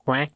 Quack.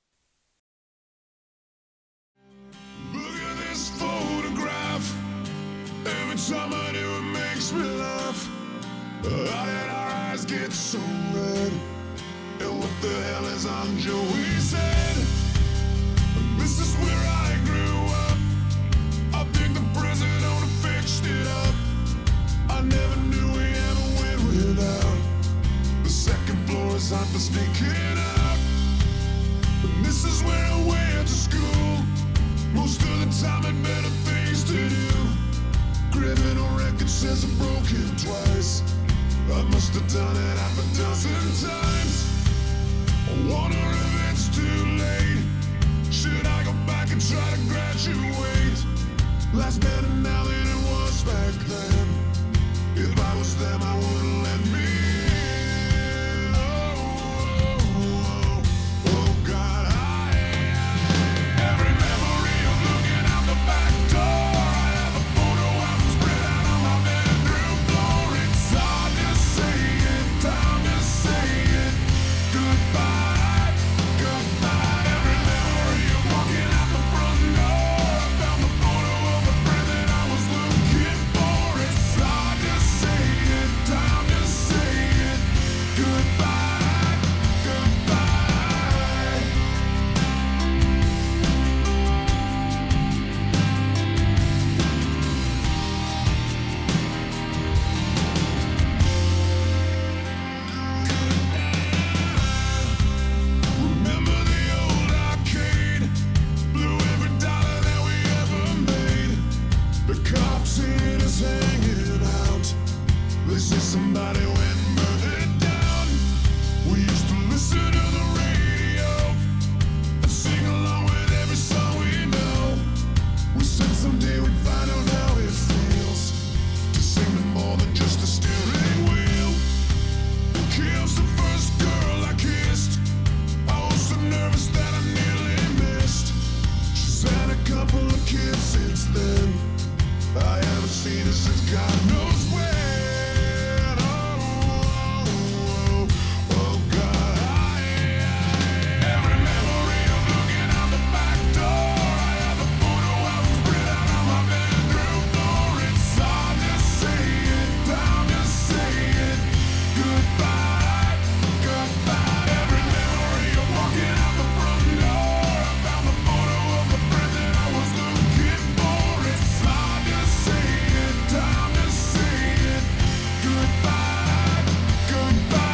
Look at this photograph. Every time I do it makes me laugh. How did our eyes get so red? And what the hell is on Joey's head? This is where I grew up. I think the president only fixed it up. I never knew we ever went without. The second floor is hot for sneaking up. And this is where I went to school. Most of the time had better things to do. Criminal record says I broke it twice. I must have done it half a dozen times. I wonder if it's too late. Should I go back and try to graduate? Life's better now than it was back then. If I was them, I wouldn't let me in. Oh, God, every memory of looking out the back door. I have a photo album spread out on my bedroom floor. It's hard to say it, time to say it. Goodbye, goodbye. Every memory of walking out the front door. I found the photo of a friend that I was looking for. It's hard to say it, time to say it. Goodbye, goodbye. Remember the old arcade? Blew every dollar that we ever made. The cops seen us hanging out. They say somebody went and murdered down. We used to listen to the radio and sing along with every song we know. We said someday we'd find out how it feels to sing to more than just a steering wheel. Kim's the first girl I kissed. I was so nervous that I nearly missed. She's had a couple of kids since then. I haven't seen her since God knows when. Oh, God. Every memory of looking out the back door. I have a photo album spread out on my bedroom floor. It's hard to say it, time to say it. Goodbye, goodbye. Every memory of walking out the front door. I found the photo of a friend that I was looking for. It's hard to say it, time to say it. Goodbye, goodbye.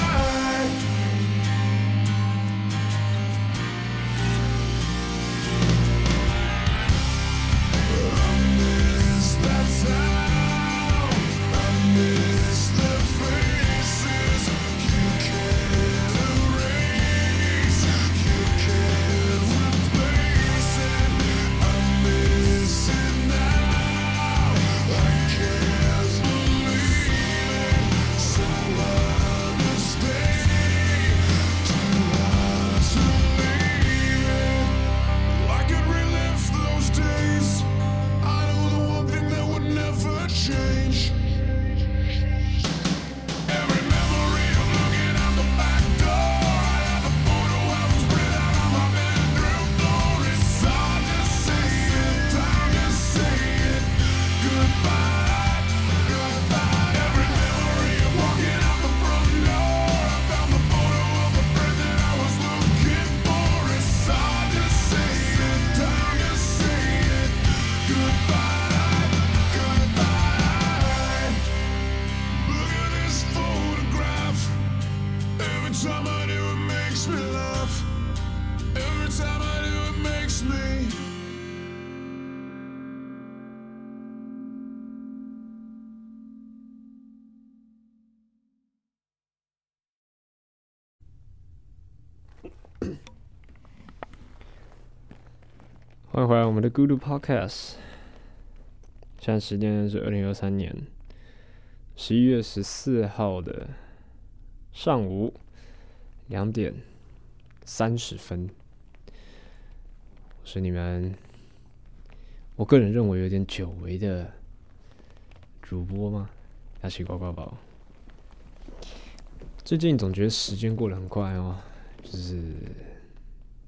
I miss that town. I miss the faces you can't erase, you can't replace it. I miss it now. I can't believe it. So hard to stay, too hard to leave it. I could relive those days. I know the one thing that would never change. Every memory of looking out the back door. I have a photo album spread out on my bedroom floor. It's hard to say it, time to say it. Goodbye, goodbye. Every memory of walking out the front door. I found the photo of a friend that I was looking for. It's hard to say it, time to say it. Goodbye, goodbye. Look at this photograph. Every time I do it makes me laugh. Every time I do it makes me. 欢迎回来我们的 Good Podcast。现在时间是2023年11月14号的上午2点30分。我是你们，我个人认为有点久违的主播吗？大奇呱呱宝。最近总觉得时间过得很快哦，就是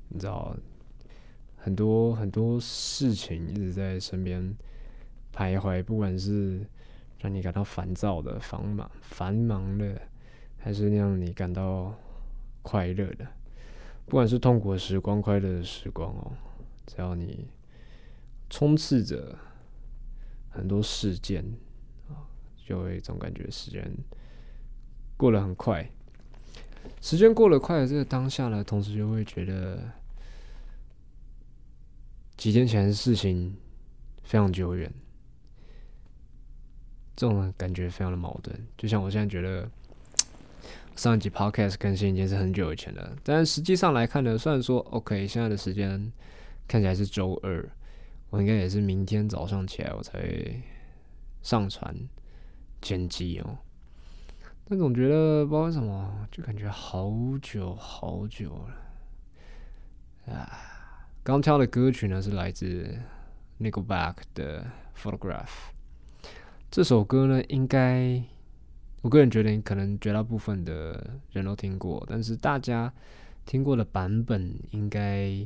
你知道，很多很多事情一直在身边徘徊，不管是让你感到烦躁的、繁忙的，还是让你感到快乐的，不管是痛苦的时光、快乐的时光哦，只要你充斥着很多事件啊，就会总感觉时间过得很快。时间过得快的这个当下呢，同时就会觉得几天前的事情非常久远，这种感觉非常的矛盾。就像我现在觉得上一集 podcast 更新已经是很久以前了，但实际上来看呢，虽然说 OK 现在的时间看起来是周二，我应该也是明天早上起来我才会上传剪辑哦。但总觉得不知道为什么，就感觉好久好久了啊！刚挑的歌曲呢是来自 Nickelback 的 Photograph。这首歌呢，应该我个人觉得可能绝大部分的人都听过，但是大家听过的版本应该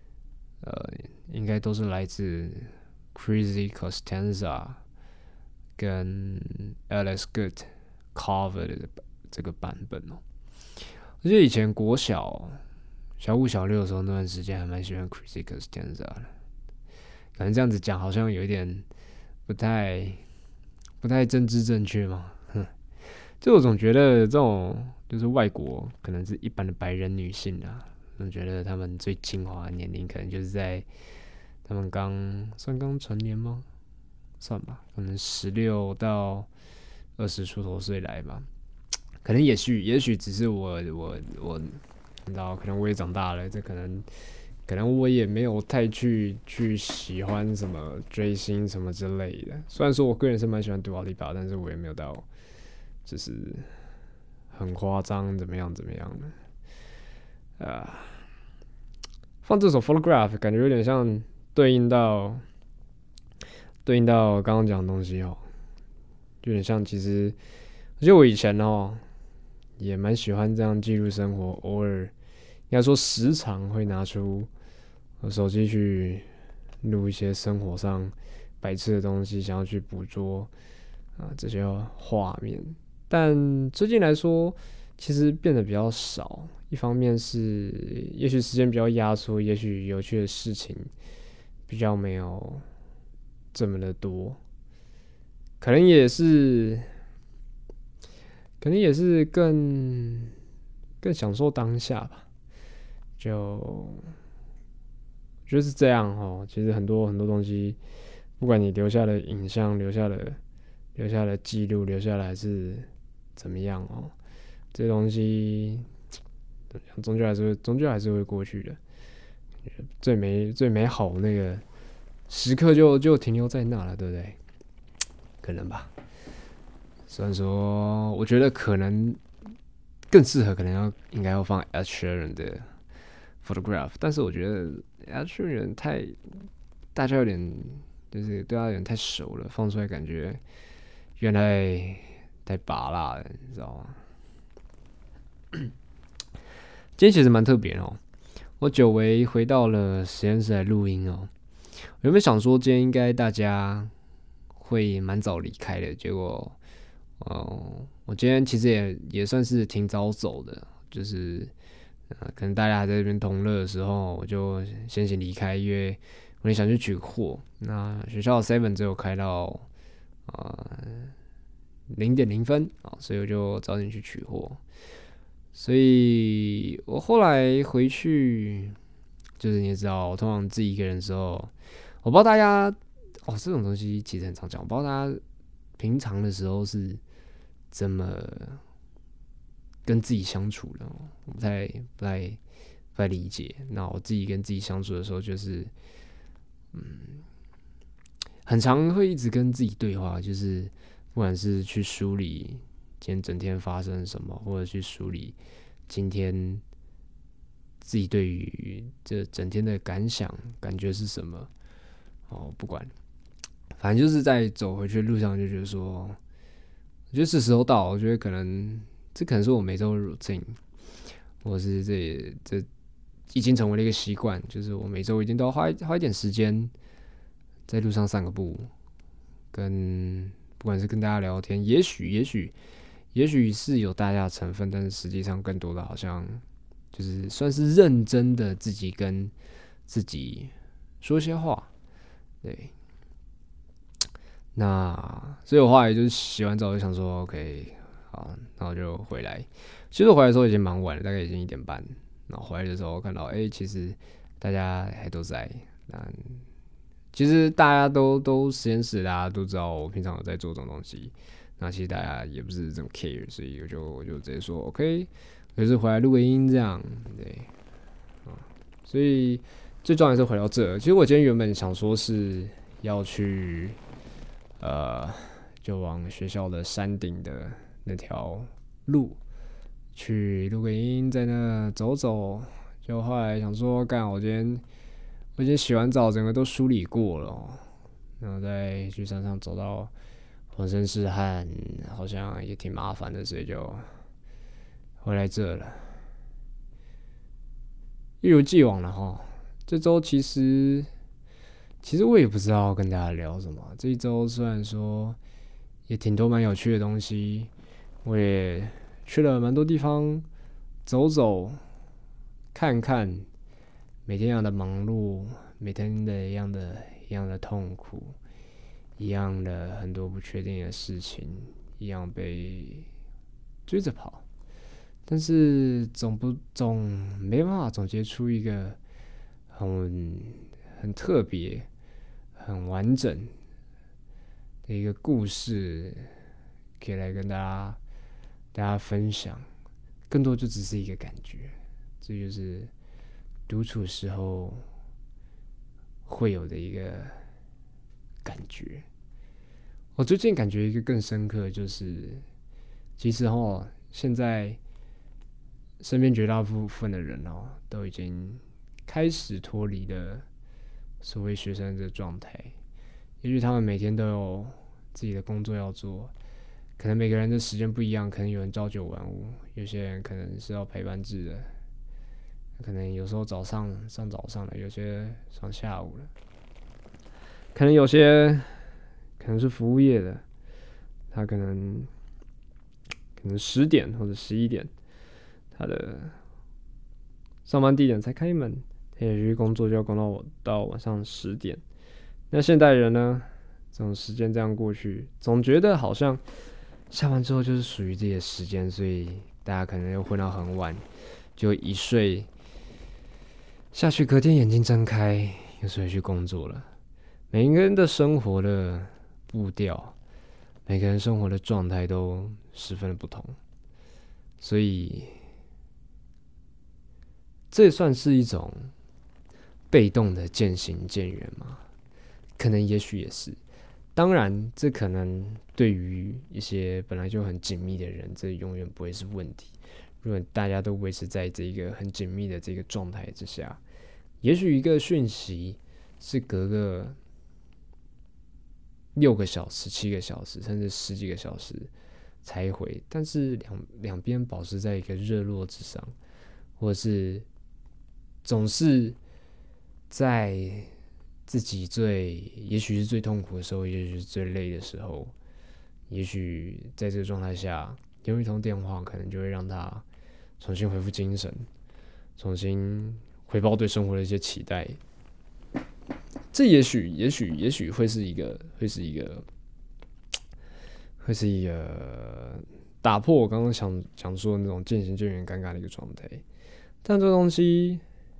都是来自 Crazy Costanza 跟 Alex Good cover 的这个版本哦。我记得以前国小5、小6的时候，那段时间还蛮喜欢 Crazy Costanza 的。可能这样子讲好像有一点不太政治正确嘛。就我总觉得这种就是外国可能是一般的白人女性啊，我觉得他们最精华的年龄可能就是在他们刚成年吗？算吧，可能16到20出头岁来吧。可能也许只是我你知道，可能我也长大了，这可能我也没有太去喜欢什么追星什么之类的。虽然说我个人是蛮喜欢Dua Lipa，但是我也没有到就是很夸张怎么样的放这首 Photograph 感觉有点像对应到刚刚讲的东西哦，有点像。其实我记得我以前也蛮喜欢这样记录生活，偶尔应该说时常会拿出我手机去录一些生活上白痴的东西，想要去捕捉这些画面。但最近来说，其实变得比较少。一方面是也许时间比较压缩，也许有趣的事情比较没有这么的多，可能也是更享受当下吧。就觉得是这样哦。其实很多东西，不管你留下的影像、留下的记录、留下来还是怎么样哦，这些东西终究还是会过去的。最美好那个时刻就停留在那了，对不对？可能吧。虽然说，我觉得可能更适合，应该要放 Ed Sheeran 的 Photograph， 但是我觉得 Ed Sheeran 大家有点就是对他有点太熟了，放出来感觉原来太拔辣了，你知道吗？今天其实蛮特别哦，我久违回到了实验室来录音哦。我原本想说今天应该大家会蛮早离开的，结果我今天其实也算是挺早走的，就是可能大家还在这边同乐的时候，我就先行离开，因为我也想去取货。那学校的 7 只有开到0:00所以我就早点去取货。所以我后来回去，就是你也知道，我通常自己一个人的时候，我不知道大家这种东西其实很常讲，我不知道大家平常的时候是怎么跟自己相处的，我不太理解。那我自己跟自己相处的时候，就是很常会一直跟自己对话，就是不管是去梳理今天整天发生什么，或者去梳理今天自己对于这整天的感觉是什么不管，反正就是在走回去的路上就觉得说，我觉得是时候到了。我觉得这可能是我每周的 routine，或者是这已经成为了一个习惯，就是我每周一定都要花一点时间在路上散个步，不管是跟大家聊天，也许是有大家的成分，但是实际上更多的好像就是算是认真的自己跟自己说些话，对。那所以我后来就是洗完澡就想说 ，OK， 好，然后就回来。其实我回来的时候已经蛮晚了，大概已经1:30。然后回来的时候看到，其实大家还都在。那其实大家都实验室，大家都知道我平常有在做这种东西。那其实大家也不是这么 care， 所以我就直接说 OK， 就是回来录个音这样，对。所以最重要的是回到这。其实我今天原本想说是要去。就往学校的山顶的那条路去录个音，在那走走。就后来想说，我今天洗完澡，整个都梳理过了，然后再去山上走到浑身是汗，好像也挺麻烦的，所以就回来这了。一如既往了齁，这周其实我也不知道跟大家聊什么。这一周虽然说也挺多蛮有趣的东西，我也去了蛮多地方走走看看，每天一样的忙碌，每天的一样的痛苦，一样的很多不确定的事情，一样被追着跑，但是总没办法总结出一个很特别、很完整的一个故事，可以来跟大家分享。更多就只是一个感觉，这就是独处时候会有的一个感觉。我最近感觉一个更深刻，就是其实现在身边绝大部分的人都已经开始脱离了所谓学生的状态。也许他们每天都有自己的工作要做，可能每个人的时间不一样，可能有人朝九晚五，有些人可能是要排班制的，可能有时候早上上早上的，有些上下午的，可能有些可能是服务业的，他可能10点或者11点，他的上班地点才开门，他也许工作就要工到晚上10点。那现代人呢，这种时间这样过去，总觉得好像下班之后就是属于自己的时间，所以大家可能又混到很晚，就一睡下去，隔天眼睛睁开又是回去工作了。每个人的生活的步调，每个人生活的状态都十分的不同，所以这也算是一种被动的渐行渐远吗？可能也许也是。当然这可能对于一些本来就很紧密的人，这永远不会是问题。如果大家都维持在这个很紧密的这个状态之下，也许一个讯息是隔个6个小时、7个小时，甚至10几个小时才回，但是两边保持在一个热络之上，或者是总是在自己也许是最痛苦的时候，也许是最累的时候，也许在这个状态下，用一通电话可能就会让他重新恢复精神，重新回报对生活的一些期待。这也许会是一个打破我刚刚想说的那种渐行渐远、尴尬的一个状态。但这东西，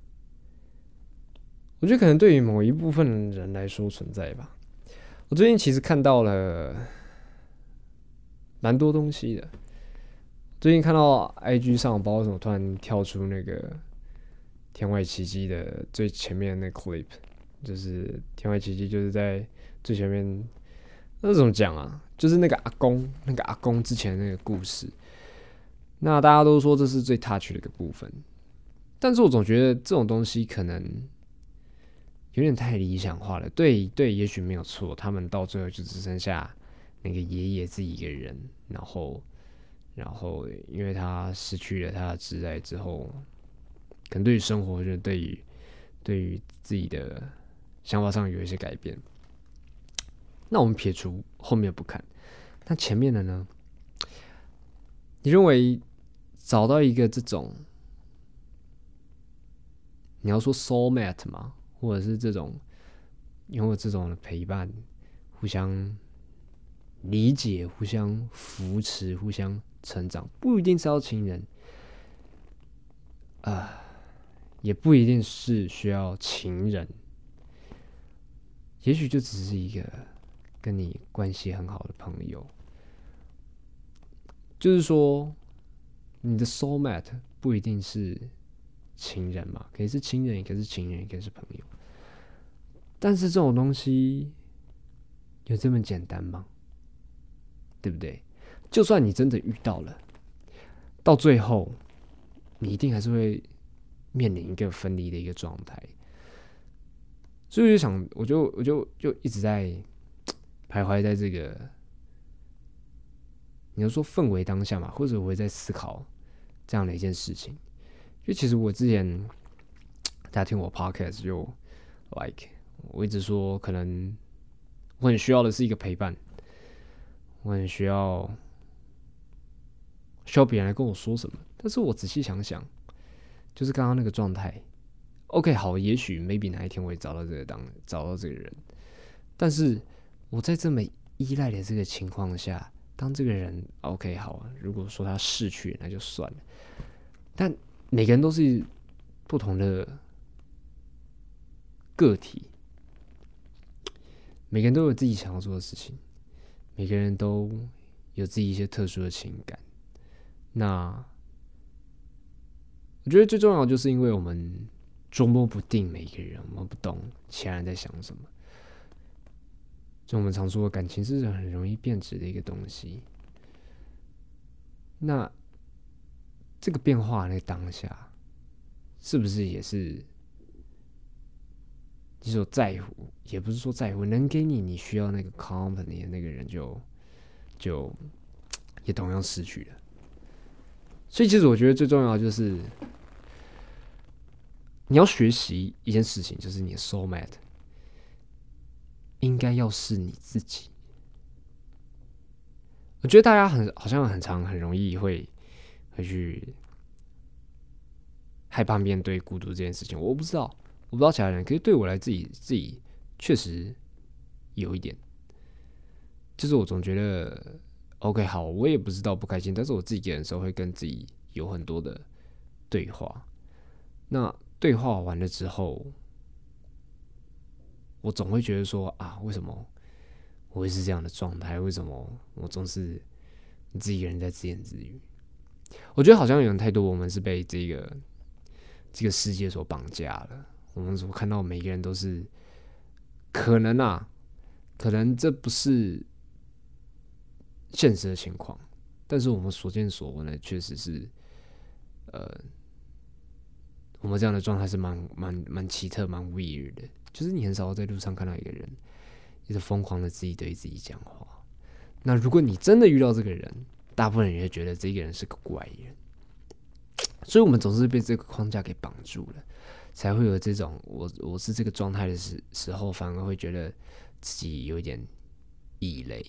我觉得可能对于某一部分人来说存在吧。我最近其实看到了蛮多东西的。最近看到 IG 上，不知道为什么突然跳出那个《天外奇迹》的最前面的那个 clip， 就是《天外奇迹》就是在最前面，那怎么讲啊？就是那个阿公之前的那个故事。那大家都说这是最 touch 的一个部分，但是我总觉得这种东西可能有点太理想化了。对，也许没有错，他们到最后就只剩下那个爷爷自己一个人，然后因为他失去了他的挚爱之后， 可能对于生活，就对于自己的想法上有一些改变。那我们撇除后面不看，那前面的呢？你认为找到一个这种，你要说 soul mate 吗？或者是这种拥有这种的陪伴，互相理解、互相扶持、互相成长，不一定是要情人，也不一定是需要情人，也许就只是一个跟你关系很好的朋友。就是说，你的 soul mate 不一定是情人嘛，可以是亲人，也可以是情人，也可以是朋友。但是这种东西有这么简单吗？对不对？就算你真的遇到了，到最后你一定还是会面临一个分离的一个状态。所以我就想，我就一直在徘徊在这个，你要说氛围当下嘛，或者我会在思考这样的一件事情。因为其实我之前大家听我 podcast 就 like 我一直说，可能我很需要的是一个陪伴，我很需要别人来跟我说什么。但是我仔细想想，就是刚刚那个状态 ，OK 好，也许 maybe 哪一天我会找到这个人，但是我在这么依赖的这个情况下，当这个人 OK 好，如果说他逝去，那就算了。但每个人都是不同的个体，每个人都有自己想要做的事情，每个人都有自己一些特殊的情感。那我觉得最重要的就是因为我们捉摸不定每一个人，我们不懂其他人在想什么。就我们常说，感情是很容易变质的一个东西。那这个变化的当下，是不是也是你所在乎？也不是说在乎，能给你需要那个 company 的那个人就也同样失去了。所以其实我觉得最重要的就是你要学习一件事情，就是你的 soul mate 应该要是你自己。我觉得大家好像很容易会去害怕面对孤独这件事情。我不知道其他人，可是对我来自己确实有一点，就是我总觉得 OK 好，我也不知道不开心，但是我自己一个人的时候会跟自己有很多的对话。那对话完了之后，我总会觉得说啊，为什么我会是这样的状态？为什么我总是自己一个人在自言自语？我觉得好像有人太多，我们是被这个世界所绑架了。我们所看到每个人都是可能这不是现实的情况，但是我们所见所闻的确实是，我们这样的状态是蛮奇特、蛮 weird 的。就是你很少在路上看到一个人一直疯狂的自己对自己讲话。那如果你真的遇到这个人，大部分人也会觉得这个人是个怪人。所以我们总是被这个框架给绑住了，才会有这种我是这个状态的时候，反而会觉得自己有一点异类。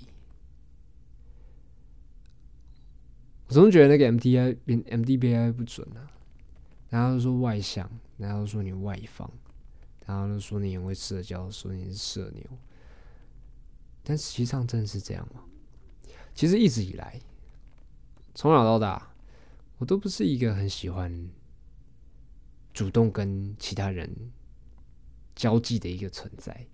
我总是觉得那个 MBTI 不准啊，大家都说外向，大家都说你外放，大家都说你很会社交，说你是社牛，但实际上真的是这样吗？其实一直以来，从小到大，我都不是一个很喜欢主动跟其他人交际的一个存在。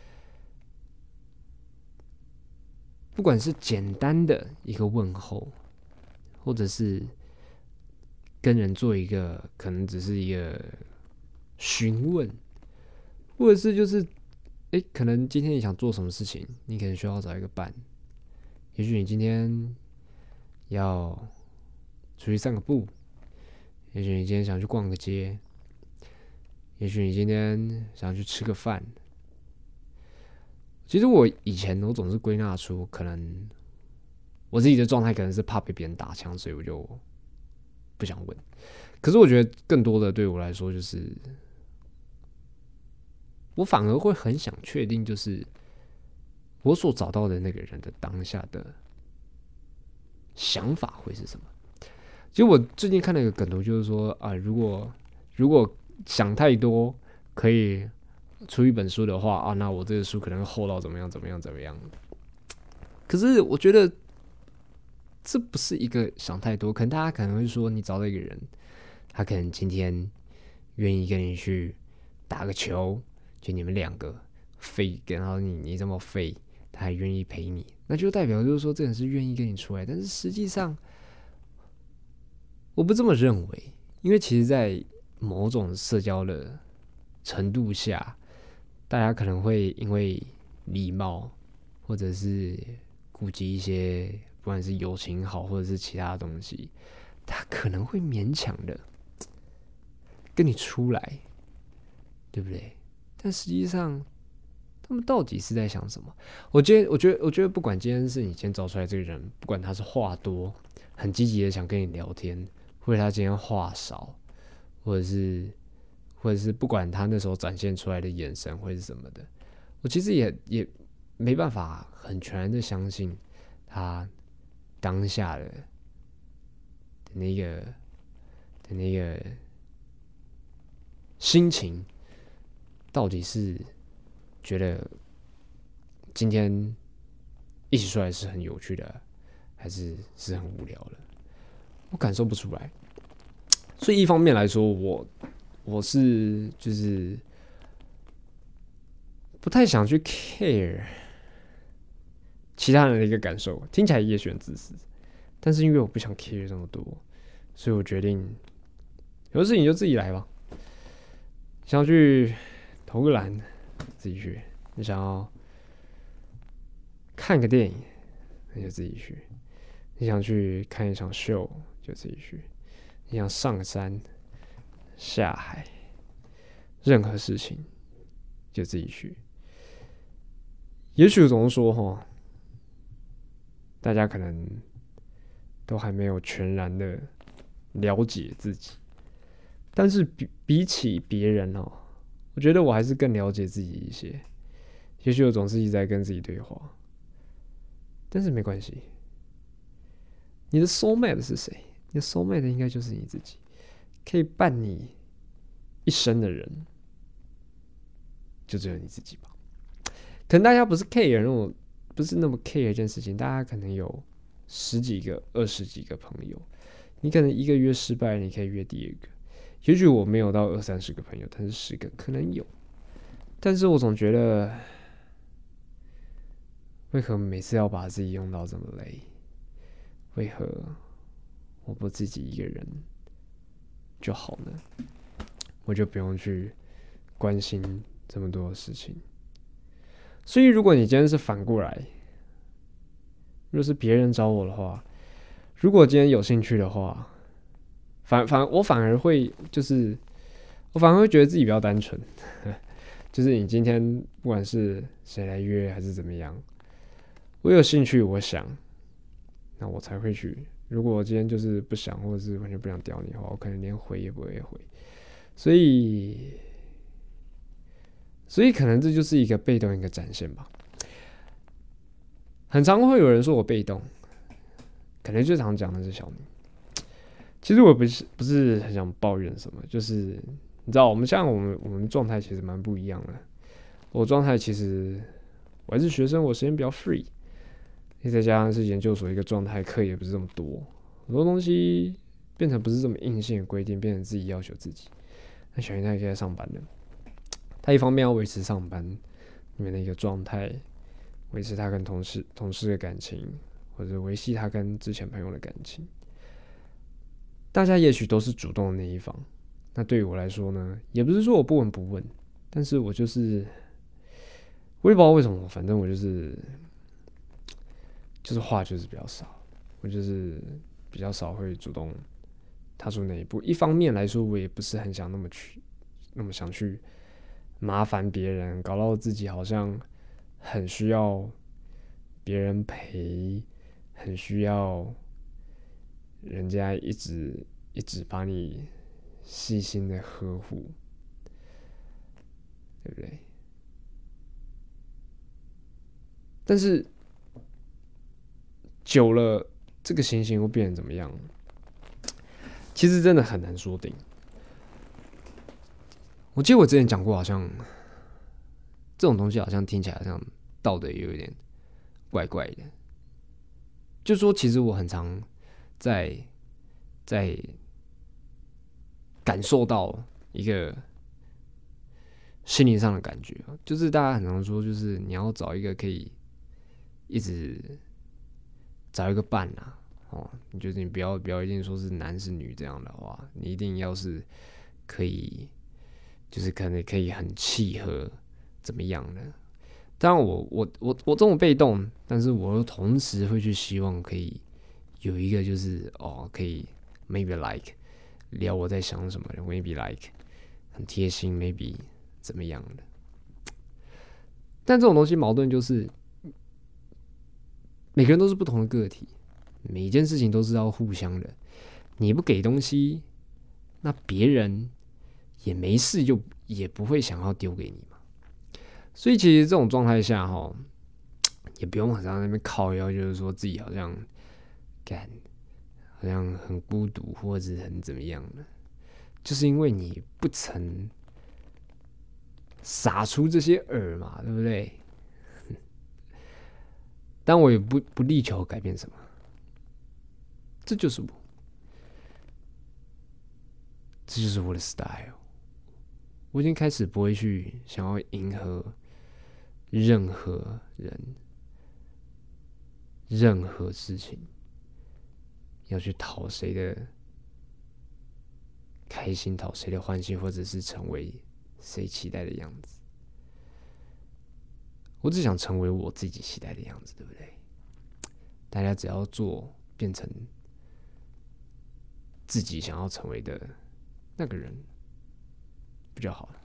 不管是简单的一个问候，或者是跟人做一个可能只是一个询问，或者是就是可能今天你想做什么事情，你可能需要找一个伴。也许你今天要出去散个步，也许你今天想去逛个街，也许你今天想去吃个饭。其实我以前我总是归纳出，可能我自己的状态可能是怕被别人打枪，所以我就不想问。可是我觉得更多的对我来说，就是我反而会很想确定，就是我所找到的那个人的当下的想法会是什么。其实我最近看了一个梗图，就是说啊，如果想太多可以出一本书的话啊，那我这个书可能会厚到怎么样怎么样怎么样。可是我觉得这不是一个想太多，可能大家可能会说，你找到一个人，他可能今天愿意跟你去打个球，就你们两个废，然后你这么废，他还愿意陪你，那就代表就是说这人是愿意跟你出来。但是实际上，我不这么认为，因为其实，在某种社交的程度下，大家可能会因为礼貌，或者是顾及一些不管是友情好，或者是其他东西，他可能会勉强的跟你出来，对不对？但实际上，他们到底是在想什么？我觉得，不管今天是你今天找出来这个人，不管他是话多，很积极的想跟你聊天，或者他今天话少，或者是不管他那时候展现出来的眼神会是什么的，我其实也没办法很全然的相信他当下的那个心情，到底是觉得今天一起出来是很有趣的，还是很无聊的？我感受不出来。所以一方面来说，我是就是不太想去 care 其他人的一个感受，听起来也许很自私，但是因为我不想 care 这么多，所以我决定有的事情就自己来吧。想要去投个篮，自己去；你想要看个电影，那就自己去；你想去看一场秀，就自己去；你想上山下海，任何事情就自己去。也许总是说哈，大家可能都还没有全然的了解自己，但是比起别人哦，我觉得我还是更了解自己一些。也许我总是一直在跟自己对话，但是没关系。你的 soul mate 是谁？你的 soul mate 应该就是你自己，可以伴你一生的人，就只有你自己吧。可能大家不是 care 那种，不是那么 care 一件事情，大家可能有10几个、20几个朋友，你可能一个约失败，你可以约第二个。也许我没有到20-30个朋友，但是10个可能有。但是我总觉得，为何每次要把自己用到这么累？为何我不自己一个人就好呢？我就不用去关心这么多的事情。所以，如果你今天是反过来，如果是别人找我的话，如果今天有兴趣的话，我反而会就是我反而会觉得自己比较单纯，就是你今天不管是谁来约还是怎么样，我有兴趣，我想，那我才会去。如果我今天就是不想，或者是完全不想屌你的话，我可能连回也不会回。所以可能这就是一个被动一个展现吧。很常会有人说我被动，可能最常讲的是小明。其实我不是很想抱怨什么，就是你知道，我们状态其实蛮不一样的。我状态其实我还是学生，我时间比较 free， 再加上是研究所一个状态，课也不是这么多，很多东西变成不是这么硬性的规定，变成自己要求自己。那小云他也在上班的，他一方面要维持上班里面的一个状态，维持他跟同事的感情，或者维系他跟之前朋友的感情。大家也许都是主动的那一方，那对于我来说呢，也不是说我不闻不问，但是我也不知道为什么，反正我就是话就是比较少，我就是比较少会主动踏出那一步。一方面来说，我也不是很想那么想去麻烦别人，搞到自己好像很需要别人陪，很需要人家一直一直把你细心的呵护，对不对？但是久了，这个情形会变成怎么样？其实真的很难说定。我记得我之前讲过，好像这种东西好像听起来好像道德也有点怪怪的。就说其实我很常在感受到一个心灵上的感觉，就是大家很常说，就是你要找一个可以一直找一个伴啊，你就是你不要一定说是男是女这样的话，你一定要是可以，就是可能可以很契合怎么样的。当然我这种被动，但是我又同时会去希望可以有一个就是可以 maybe like 聊我在想什么 ，maybe like 很贴心 ，maybe 怎么样的。但这种东西矛盾就是，每个人都是不同的个体，每一件事情都是要互相的。你不给东西，那别人也没事，就也不会想要丢给你嘛。所以其实这种状态下，也不用很在那边靠腰，就是说自己好像好像很孤独，或者是很怎么样的，就是因为你不曾撒出这些饵嘛，对不对？但我也不力求改变什么，这就是我，这就是我的 style。我已经开始不会去想要迎合任何人、任何事情，要去讨谁的开心，讨谁的欢心，或者是成为谁期待的样子。我只想成为我自己期待的样子，对不对？大家只要变成自己想要成为的那个人，不就好了？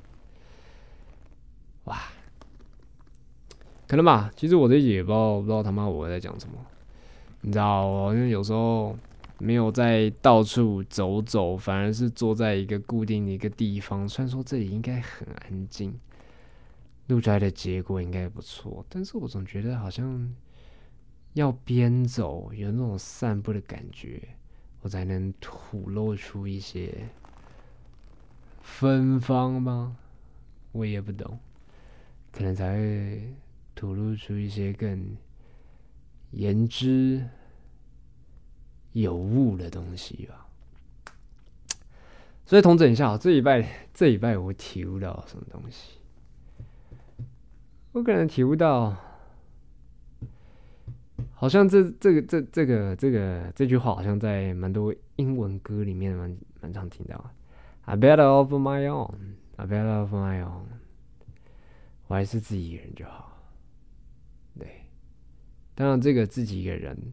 哇，可能吧。其实我这一集也不知道他妈我在讲什么。你知道，因为有时候没有在到处走走，反而是坐在一个固定的一个地方。虽然说这里应该很安静，录出来的结果应该也不错，但是我总觉得好像要边走，有那种散步的感觉，我才能吐露出一些芬芳吗？我也不懂，可能才会吐露出一些更言之有物的东西吧。所以统整一下，这礼拜我体悟到什么东西？我可能体悟到，好像这句话好像在蛮多英文歌里面蛮常听到。I better off my own, I better off my own。我还是自己一个人就好。对，当然这个自己一个人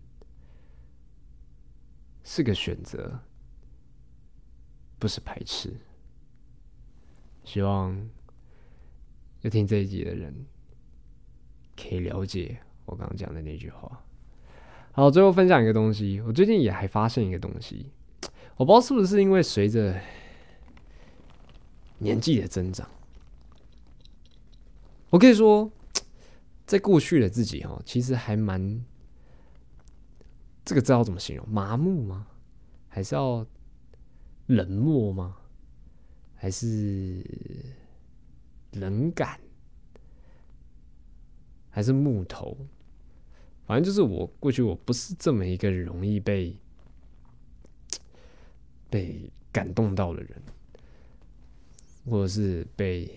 是个选择，不是排斥。希望要听这一集的人可以了解我刚刚讲的那句话。好，最后分享一个东西，我最近也还发现一个东西，我不知道是不是因为随着年纪的增长，我可以说，在过去的自己其实还蛮，这个知道怎么形容？麻木吗？还是要冷漠吗？还是冷感？还是木头？反正就是我过去我不是这么一个容易被感动到的人，或者是被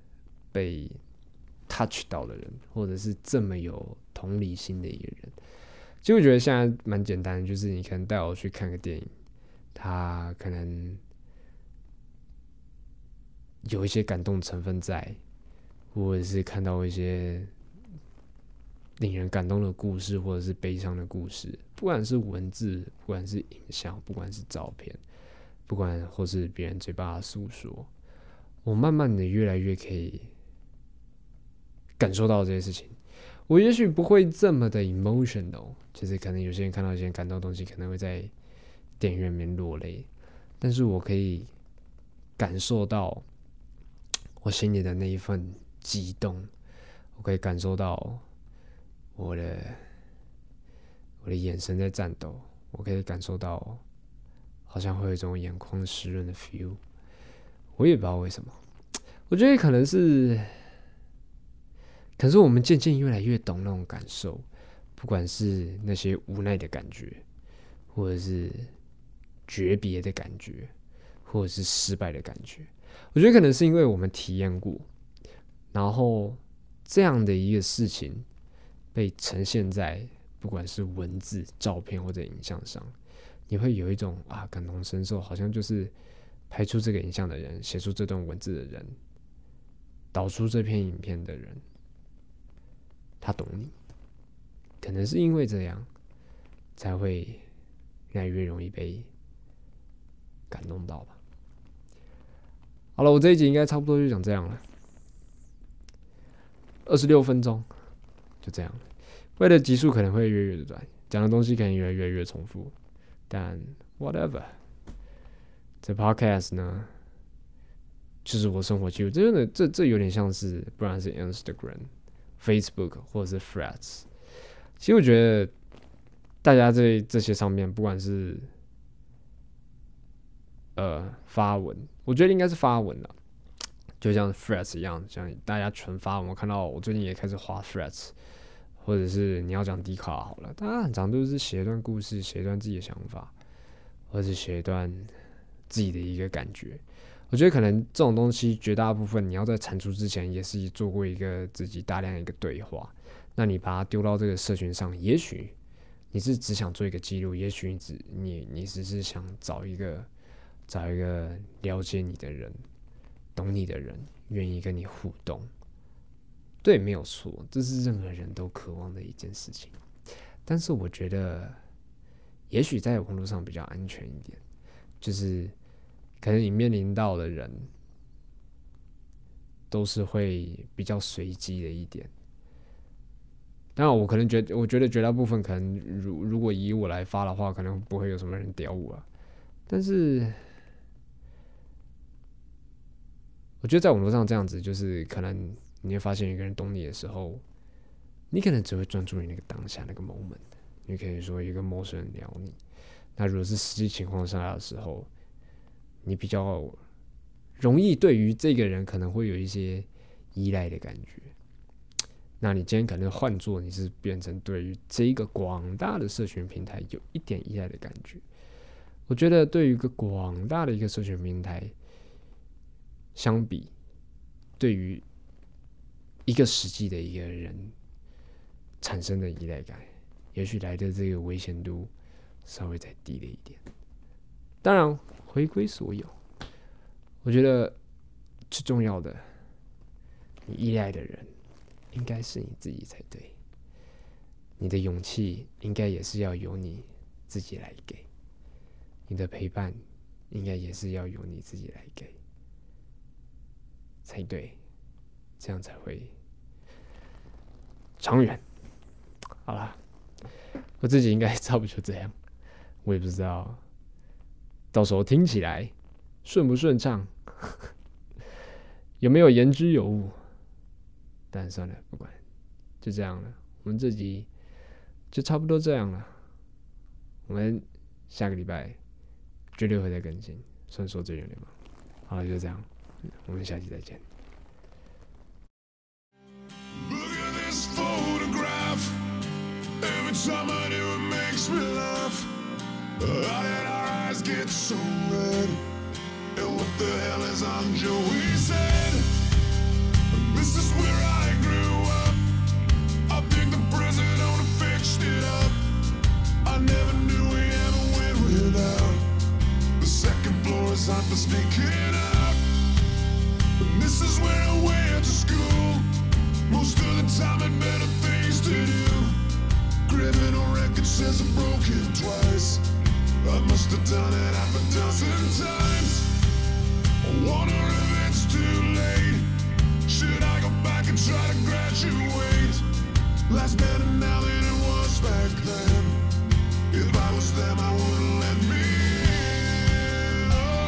touch 到的人，或者是这么有同理心的一个人。其实我觉得现在蛮简单的，就是你可能带我去看个电影，他可能有一些感动成分在，或者是看到一些令人感动的故事，或者是悲伤的故事，不管是文字，不管是影像，不管是照片，不管或是别人嘴巴的诉说，我慢慢的越来越可以感受到这些事情。我也许不会这么的 emotional， 就是可能有些人看到一些感动的东西，可能会在电影院里面落泪。 但是我可以感受到我心里的那一份激动，我可以感受到我的眼神在颤抖，我可以感受到好像会有一种眼眶湿润的 feel。我也不知道为什么，我觉得可能是我们渐渐越来越懂那种感受，不管是那些无奈的感觉，或者是诀别的感觉，或者是失败的感觉。我觉得可能是因为我们体验过，然后这样的一个事情被呈现在不管是文字、照片或者影像上，你会有一种感同身受，好像就是拍出这个影像的人，写出这段文字的人，导出这篇影片的人，他懂你。可能是因为这样，才会越来越容易被感动到吧。好了，我这一集应该差不多就讲这样了，26分钟，就这样。未来的集数可能会越来越短，讲的东西可能越来越重复，但 whatever。这 podcast 呢，就是我生活记录，这有点像是，不然是 Instagram、Facebook 或者是 Threads。其实我觉得大家这些上面，不管是发文，我觉得应该是发文了，就像 Threads 一样，像大家纯发文。我看到我最近也开始滑 Threads， 或者是你要讲 Dcard 好了，大家很常都是写一段故事，写一段自己的想法，或者是写一段自己的一个感觉。我觉得可能这种东西绝大部分你要在产出之前也是做过一个自己大量一个对话，那你把它丢到这个社群上，也许你是只想做一个记录，也许你只是想找一个了解你的人，懂你的人，愿意跟你互动。对，没有错，这是任何人都渴望的一件事情。但是我觉得也许在网络上比较安全一点，就是可能你面临到的人都是会比较随机的一点。当然我觉得绝大部分可能如果以我来发的话，可能不会有什么人屌我啊。但是我觉得在网络上这样子，就是可能你会发现一个人懂你的时候，你可能只会专注于那个当下那个 moment。你可以说一个陌生人聊你，那如果是实际情况下的时候，你比较容易对于这个人可能会有一些依赖的感觉。那你今天可能换作你是变成对于这个广大的社群平台有一点依赖的感觉。我觉得对于一个广大的一个社群平台相比，对于一个实际的一个人产生的依赖感，也许来的这个危险度稍微再低了一点。当然回归所有，我觉得最重要的，你依赖的人应该是你自己才对，你的勇气应该也是要由你自己来给，你的陪伴应该也是要由你自己来给才对，这样才会长远。好啦，我自己应该差不多就这样，我也不知道到时候听起来顺不顺畅，有没有言之有物，但算了，不管，就这样了。我们这集就差不多这样了，我们下个礼拜绝对会再更新，虽然说最有点忙。好了，就这样，我们下期再见。 Every time I do, it makes me laugh. How did our eyes get so red? And what the hell is on Joey's said? This is where I grew up. I think the president only fixed it up. I never knew we ever went without. The second floor is hot for sneaking out. And this is where I went to school. Most of the time had better things to do. Criminal record says I broke it twice. I must have done it half a dozen times. I wonder if it's too late. Should I go back and try to graduate? Life's better now than it was back then. If I was them, I wouldn't let me in. Oh.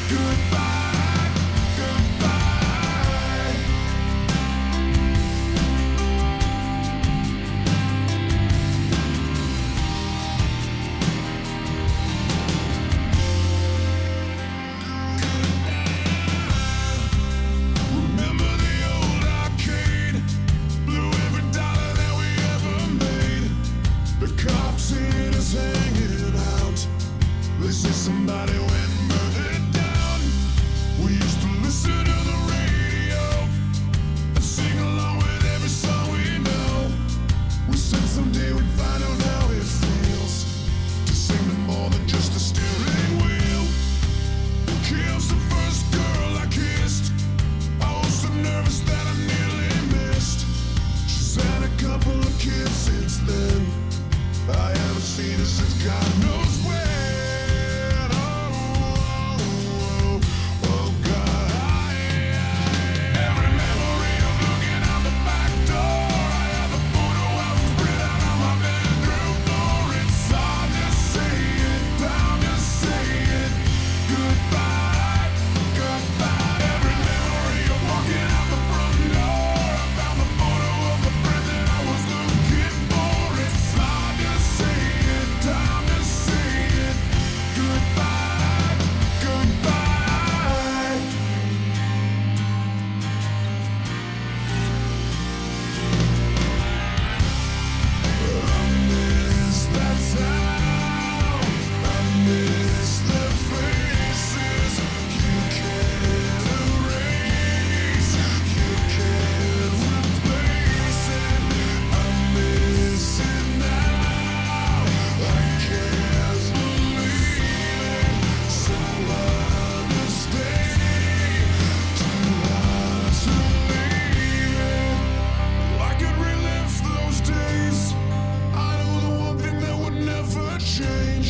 Goodbye, goodbye. Remember the old arcade? Blew every dollar that we ever made. The cops seen us hanging out. They say somebody went and murdered down. We used to listen to the radio and sing along with every song we know. We said someday we'd find out how it feels to sing to more than just a steering wheel. Who kills the first girl I kissed? I was so nervous that I nearly missed. She's had a couple of kids since then. I haven't seen her since God knows when. Oh, God. Every memory of looking out the back door. I have a photo of us spread out on my bedroom floor. It's hard to say it, time to say it. Goodbye, goodbye. Every memory of walking out the front door. I found the photo of the friend that I was looking for. It's hard to say it, time to say it. Goodbye, goodbye. I miss that town. I miss the faces you can't erase, you can't replace it. I miss it now. I can't believe it. So hard to stay, too hard to leave it. I could relive those days. I know the one thing that would never change.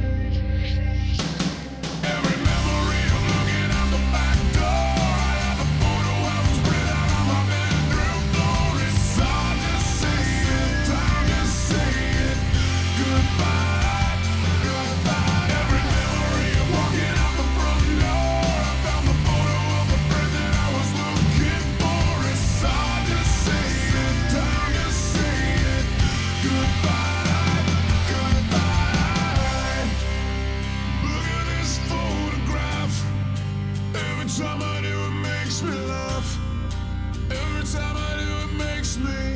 Every memory of looking out the back door. I have a photo of us spread out on my bedroom floor. It's hard to say it, time to say it. Goodbye, goodbye. Every memory of walking out the front door. I found the photo of the friend that I was looking for. It's hard to say it, time to say it. Goodbye, goodbye. Look at this photograph. Every time I do, it makes me laugh. Every time I do, it makes me